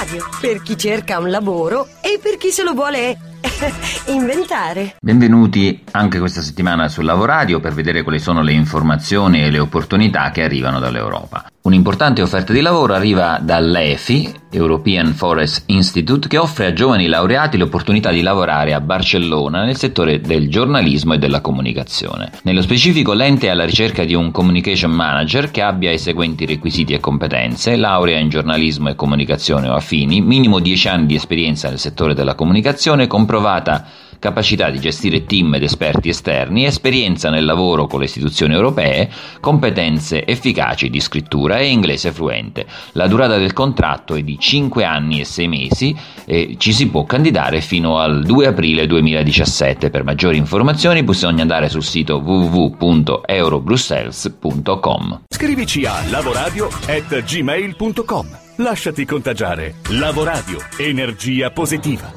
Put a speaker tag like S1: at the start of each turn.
S1: Radio, per chi cerca un lavoro e per chi se lo vuole inventare.
S2: Benvenuti anche questa settimana su Lavoradio per vedere quali sono le informazioni e le opportunità che arrivano dall'Europa. Un'importante offerta di lavoro arriva dall'EFI, European Forest Institute, che offre a giovani laureati l'opportunità di lavorare a Barcellona nel settore del giornalismo e della comunicazione. Nello specifico l'ente è alla ricerca di un communication manager che abbia i seguenti requisiti e competenze: laurea in giornalismo e comunicazione o affini, minimo 10 anni di esperienza nel settore della comunicazione, comprovata capacità di gestire team ed esperti esterni, esperienza nel lavoro con le istituzioni europee, competenze efficaci di scrittura e inglese fluente. La durata del contratto è di 5 anni e 6 mesi e ci si può candidare fino al 2 aprile 2017. Per maggiori informazioni bisogna andare sul sito www.eurobrussels.com.
S3: Scrivici a lavoradio@gmail.com. Lasciati contagiare. Lavoradio, energia positiva.